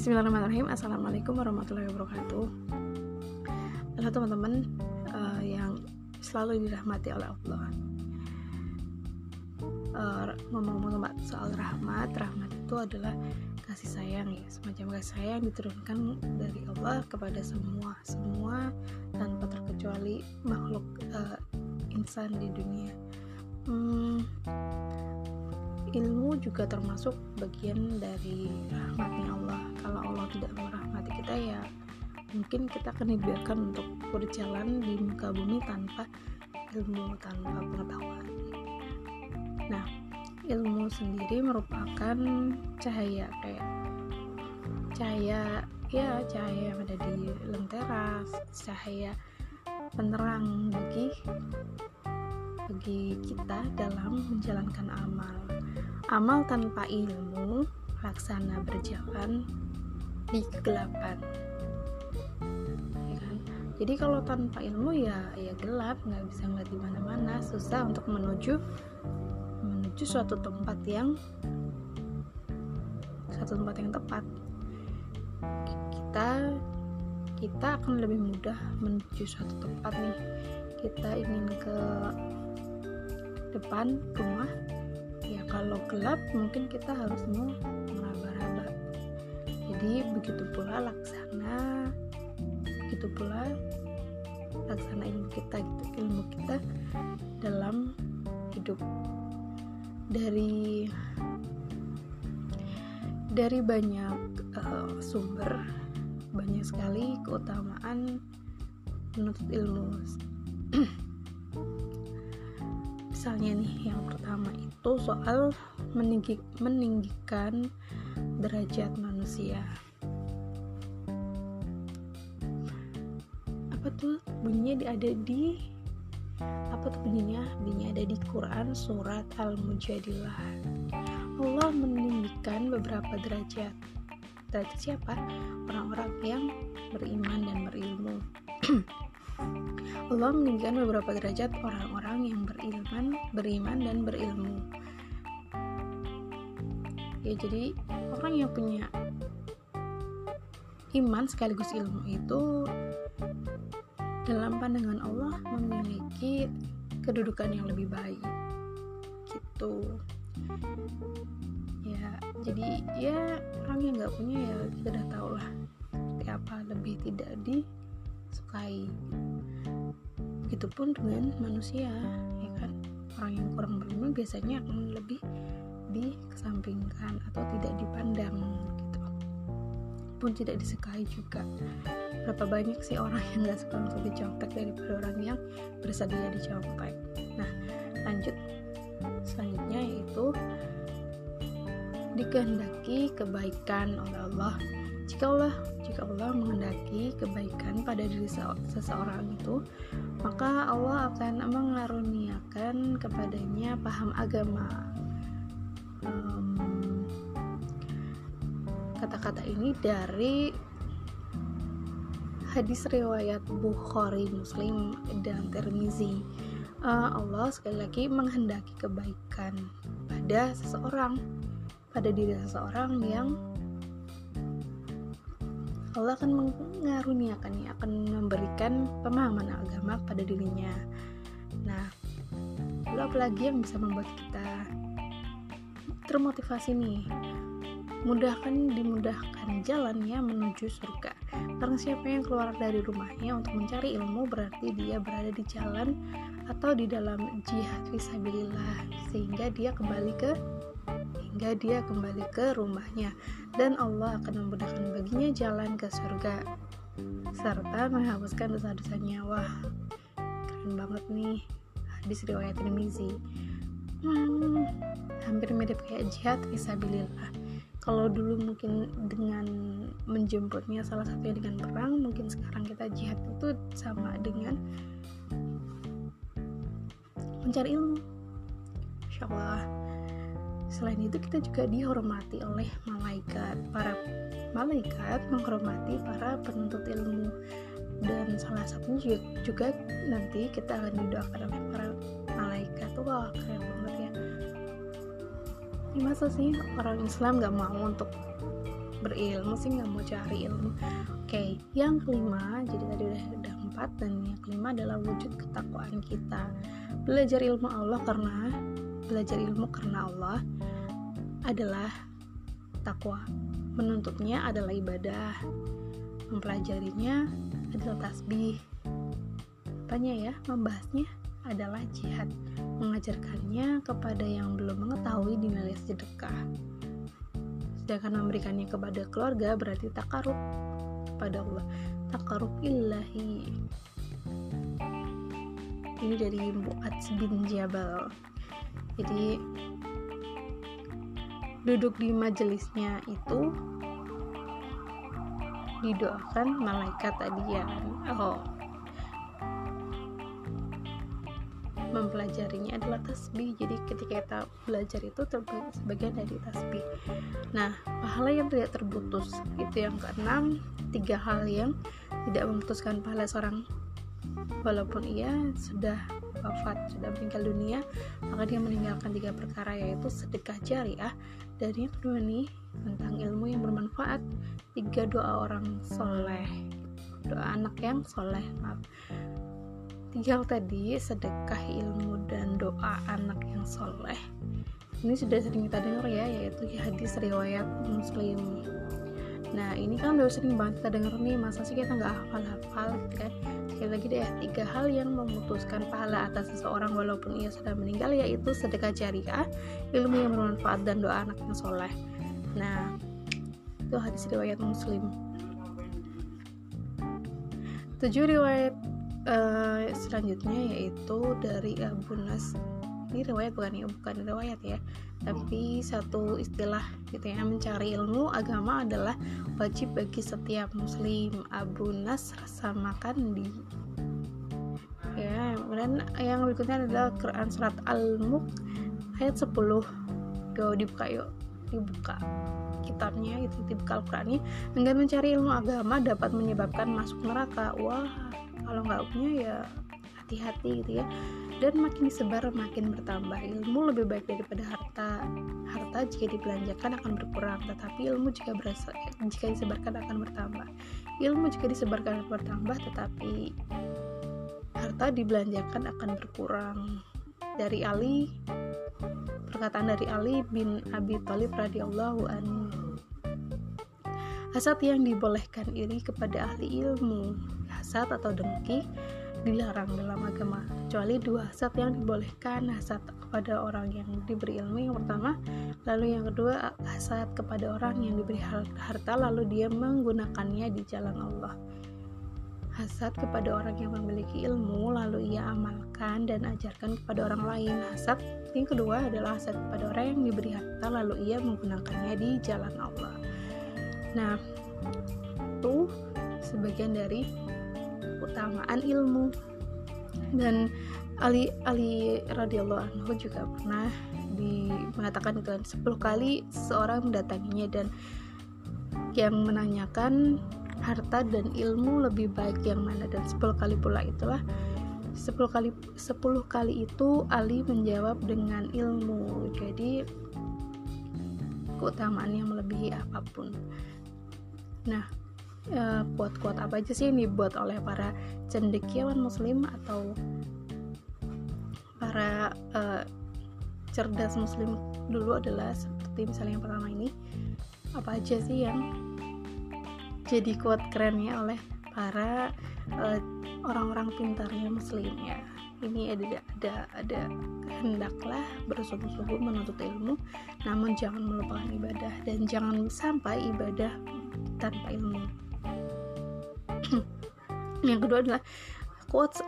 Bismillahirrahmanirrahim. Assalamualaikum warahmatullahi wabarakatuh. Halo teman-teman yang selalu dirahmati oleh Allah. Ngomong-ngomong soal rahmat itu adalah kasih sayang ya, semacam kasih sayang diturunkan dari Allah kepada semua tanpa terkecuali makhluk insan di dunia. Ilmu juga termasuk bagian dari rahmatnya Allah. Kalau Allah tidak merahmati kita, ya mungkin kita akan dibiarkan untuk berjalan di muka bumi tanpa ilmu, tanpa pengetahuan. Nah, ilmu sendiri merupakan cahaya, kayak cahaya yang ada di lentera, cahaya penerang bagi kita dalam menjalankan amal tanpa ilmu laksana berjalan di kegelapan, ya kan? Jadi kalau tanpa ilmu ya gelap, nggak bisa ngeliat di mana-mana, susah untuk menuju suatu tempat yang tepat. Kita akan lebih mudah menuju suatu tempat nih. Kita ingin ke depan rumah, ya kalau gelap mungkin kita harus mau meraba-raba. Jadi begitu pula laksana ilmu kita dalam hidup. Dari banyak sumber, banyak sekali keutamaan menuntut ilmu. Misalnya nih, yang pertama itu soal meninggikan derajat manusia. Apa tuh bunyinya bunyinya ada di Quran surat Al-Mujadilah. Allah meninggikan beberapa derajat. Derajat siapa? Orang-orang yang beriman dan berilmu. Allah meninggikan beberapa derajat orang-orang yang beriman dan berilmu. Ya, jadi orang yang punya iman sekaligus ilmu itu dalam pandangan Allah memiliki kedudukan yang lebih baik gitu. Ya, jadi ya orang yang nggak punya ya kita udah tahu lah seperti apa, lebih tidak disukai. Begitupun dengan manusia, ya kan? Orang yang kurang berilmu biasanya akan lebih dikesampingkan atau tidak dipandang gitu, pun tidak disukai juga. Berapa banyak sih orang yang gak suka untuk dicontek daripada orang yang bersedia dicontek. Nah, selanjutnya yaitu dikehendaki kebaikan oleh Allah. Jika Allah menghendaki kebaikan pada diri seseorang itu, maka Allah akan mengaruniakan kepadanya paham agama. Kata-kata ini dari hadis riwayat Bukhari, Muslim, dan Tirmizi. Allah sekali lagi menghendaki kebaikan pada diri seseorang yang Allah akan mengaruniakannya, akan memberikan pemahaman agama pada dirinya. Nah, lalu apalagi yang bisa membuat kita termotivasi nih? Dimudahkan jalannya menuju surga. Karena siapa yang keluar dari rumahnya untuk mencari ilmu, berarti dia berada di jalan atau di dalam jihad fisabilillah, sehingga dia kembali ke rumahnya, dan Allah akan memudahkan baginya jalan ke surga serta menghapuskan dosa-dosanya. Wah, keren banget nih hadis riwayat Tirmizi. Hampir mirip kayak jihad fisabilillah. Kalau dulu mungkin dengan menjemputnya salah satunya dengan perang, mungkin sekarang kita jihad itu sama dengan mencari ilmu. Insyaallah. Selain itu kita juga dihormati oleh malaikat. Para malaikat menghormati para penuntut ilmu, dan salah satunya juga nanti kita akan didoakan oleh para malaikat. Wah, keren banget ya. Masa sih orang Islam gak mau untuk berilmu sih, nggak mau cari ilmu. Oke, yang kelima, jadi tadi udah 4, dan yang kelima adalah wujud ketakwaan kita. Belajar ilmu karena Allah adalah takwa. Menuntutnya adalah ibadah. Mempelajarinya adalah tasbih. Apanya ya? Membahasnya adalah jihad. Mengajarkannya kepada yang belum mengetahui dinilai sedekah. Sedangkan memberikannya kepada keluarga berarti takarub kepada Allah. Takarub ilahi. Ini dari Mu'adz bin Jabal. Jadi duduk di majelisnya itu didoakan malaikat tadi ya. Mempelajarinya adalah tasbih. Jadi ketika kita belajar itu sebagian dari tasbih. Nah, pahala yang tidak terputus itu yang keenam. 3 hal yang tidak memutuskan pahala seorang walaupun ia sudah wafat, sudah meninggal dunia, maka dia meninggalkan 3 perkara, yaitu sedekah jariah, dan yang kedua nih tentang ilmu yang bermanfaat, 3 doa orang soleh, doa anak yang soleh, 3 hal tadi, sedekah, ilmu, dan doa anak yang soleh. Ini sudah sering kita dengar ya, yaitu hadis riwayat Muslim. Nah, ini kan udah sering banget kita dengar nih, masa sih kita nggak hafal-hafal gitu kan. Sekali lagi deh, 3 hal yang memutuskan pahala atas seseorang walaupun ia sudah meninggal, yaitu sedekah jariah, ilmu yang bermanfaat, dan doa anak yang soleh. Nah, itu hadis riwayat Muslim. 7 riwayat selanjutnya yaitu dari Abu Nas. Ini riwayat bukan riwayat ya, tapi satu istilah gitu ya. Mencari ilmu agama adalah wajib bagi setiap muslim. Abu Nas samakan di ya. Kemudian yang berikutnya adalah Quran surat Al-Mulk ayat 10. Dibuka kitabnya, itu dibuka Al-Qurannya. Enggan mencari ilmu agama dapat menyebabkan masuk neraka. Wah, kalau nggak punya ya hati-hati gitu ya. Dan makin disebar makin bertambah. Ilmu lebih baik daripada harta. Harta jika dibelanjakan akan berkurang, tetapi ilmu jika disebarkan akan bertambah. Ilmu jika disebarkan akan bertambah, tetapi harta dibelanjakan akan berkurang. Dari Ali, perkataan dari Ali bin Abi Thalib radhiyallahu anhu. Hasad yang dibolehkan iri kepada ahli ilmu. Hasad atau dengki dilarang dalam agama, kecuali 2 hasad yang dibolehkan. Hasad kepada orang yang diberi ilmu yang pertama, lalu yang kedua hasad kepada orang yang diberi harta lalu dia menggunakannya di jalan Allah. Hasad kepada orang yang memiliki ilmu lalu ia amalkan dan ajarkan kepada orang lain. Hasad yang kedua adalah hasad kepada orang yang diberi harta lalu ia menggunakannya di jalan Allah. Nah, itu sebagian dari keutamaan ilmu. Dan Ali radhiyallahu anhu juga pernah mengatakan itu, 10 kali seorang mendatanginya dan yang menanyakan harta dan ilmu lebih baik yang mana, dan 10 kali pula itulah 10 kali itu Ali menjawab dengan ilmu. Jadi keutamaannya melebihi apapun. Nah, quote-quote apa aja sih yang dibuat oleh para cendekiawan muslim atau para cerdas muslim dulu adalah seperti misalnya yang pertama ini, apa aja sih yang jadi quote kerennya oleh para orang-orang pintarnya muslim ya. Ini ada hendaklah bersungguh-sungguh menuntut ilmu, namun jangan melupakan ibadah, dan jangan sampai ibadah tanpa ilmu. Yang kedua adalah quotes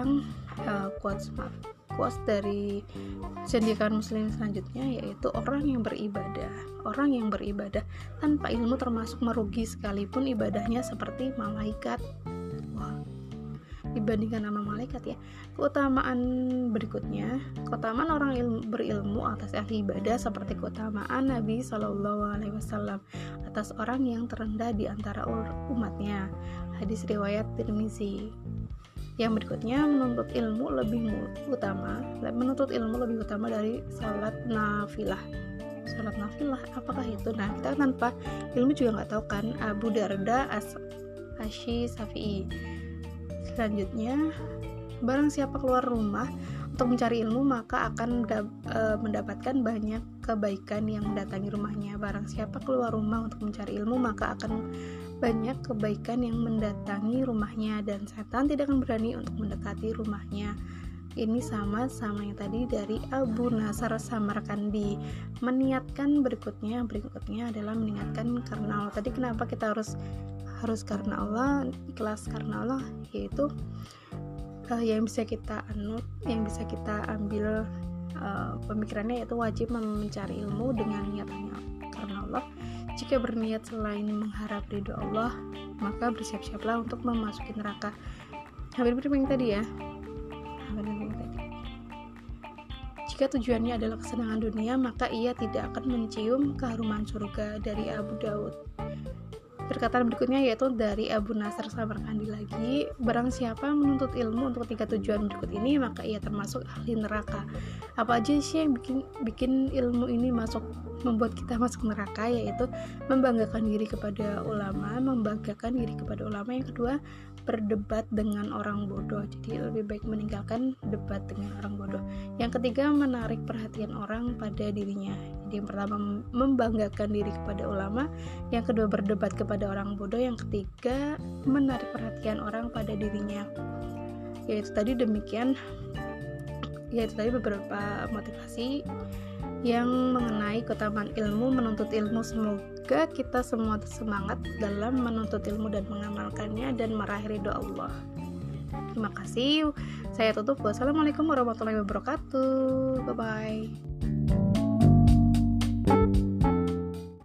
dari cendekiawan muslim selanjutnya, yaitu orang yang beribadah tanpa ilmu termasuk merugi sekalipun ibadahnya seperti malaikat. Wah, dibandingkan sama malaikat ya. Keutamaan berikutnya, keutamaan orang berilmu atas ahli ibadah seperti keutamaan Nabi SAW atas orang yang terendah di antara umatnya. Hadis riwayat Tirmizi. Yang berikutnya, menuntut ilmu lebih utama dari salat nafilah. sholat nafilah, apakah itu? Nah, kita tanpa ilmu juga nggak tahu kan. Abu Darda Asy Syafi'i. Selanjutnya, barang siapa keluar rumah untuk mencari ilmu maka akan mendapatkan banyak kebaikan yang mendatangi rumahnya. Barang siapa keluar rumah untuk mencari ilmu maka akan banyak kebaikan yang mendatangi rumahnya, dan setan tidak akan berani untuk mendekati rumahnya. Ini sama yang tadi dari Abu Nasr Samarkandi. Meniatkan berikutnya adalah meniatkan karena Allah. Tadi kenapa kita harus karena Allah, ikhlas karena Allah, yaitu yang bisa kita anut, yang bisa kita ambil pemikirannya, yaitu wajib mencari ilmu dengan niatnya karena Allah. Jika berniat selain mengharap ridho Allah, maka bersiap-siaplah untuk memasuki neraka. Hampir yang tadi ya. Jika tujuannya adalah kesenangan dunia, maka ia tidak akan mencium keharuman surga. Dari Abu Daud. Perkataan berikutnya yaitu dari Abu Nasr Samarkandi lagi. Barang siapa menuntut ilmu untuk 3 tujuan berikut ini, maka ia termasuk ahli neraka. Apa aja sih yang bikin ilmu ini membuat kita masuk neraka? Yaitu membanggakan diri kepada ulama. Yang kedua, berdebat dengan orang bodoh. Jadi lebih baik meninggalkan debat dengan orang bodoh. Yang ketiga, menarik perhatian orang pada dirinya. Jadi yang pertama, membanggakan diri kepada ulama. Yang kedua, berdebat kepada orang bodoh. Yang ketiga, menarik perhatian orang pada dirinya. Yaitu tadi beberapa motivasi yang mengenai keutamaan ilmu, menuntut ilmu. Semoga kita semua semangat dalam menuntut ilmu dan mengamalkannya dan meraih ridho Allah. Terima kasih. Saya tutup. Wassalamualaikum warahmatullahi wabarakatuh. Bye bye.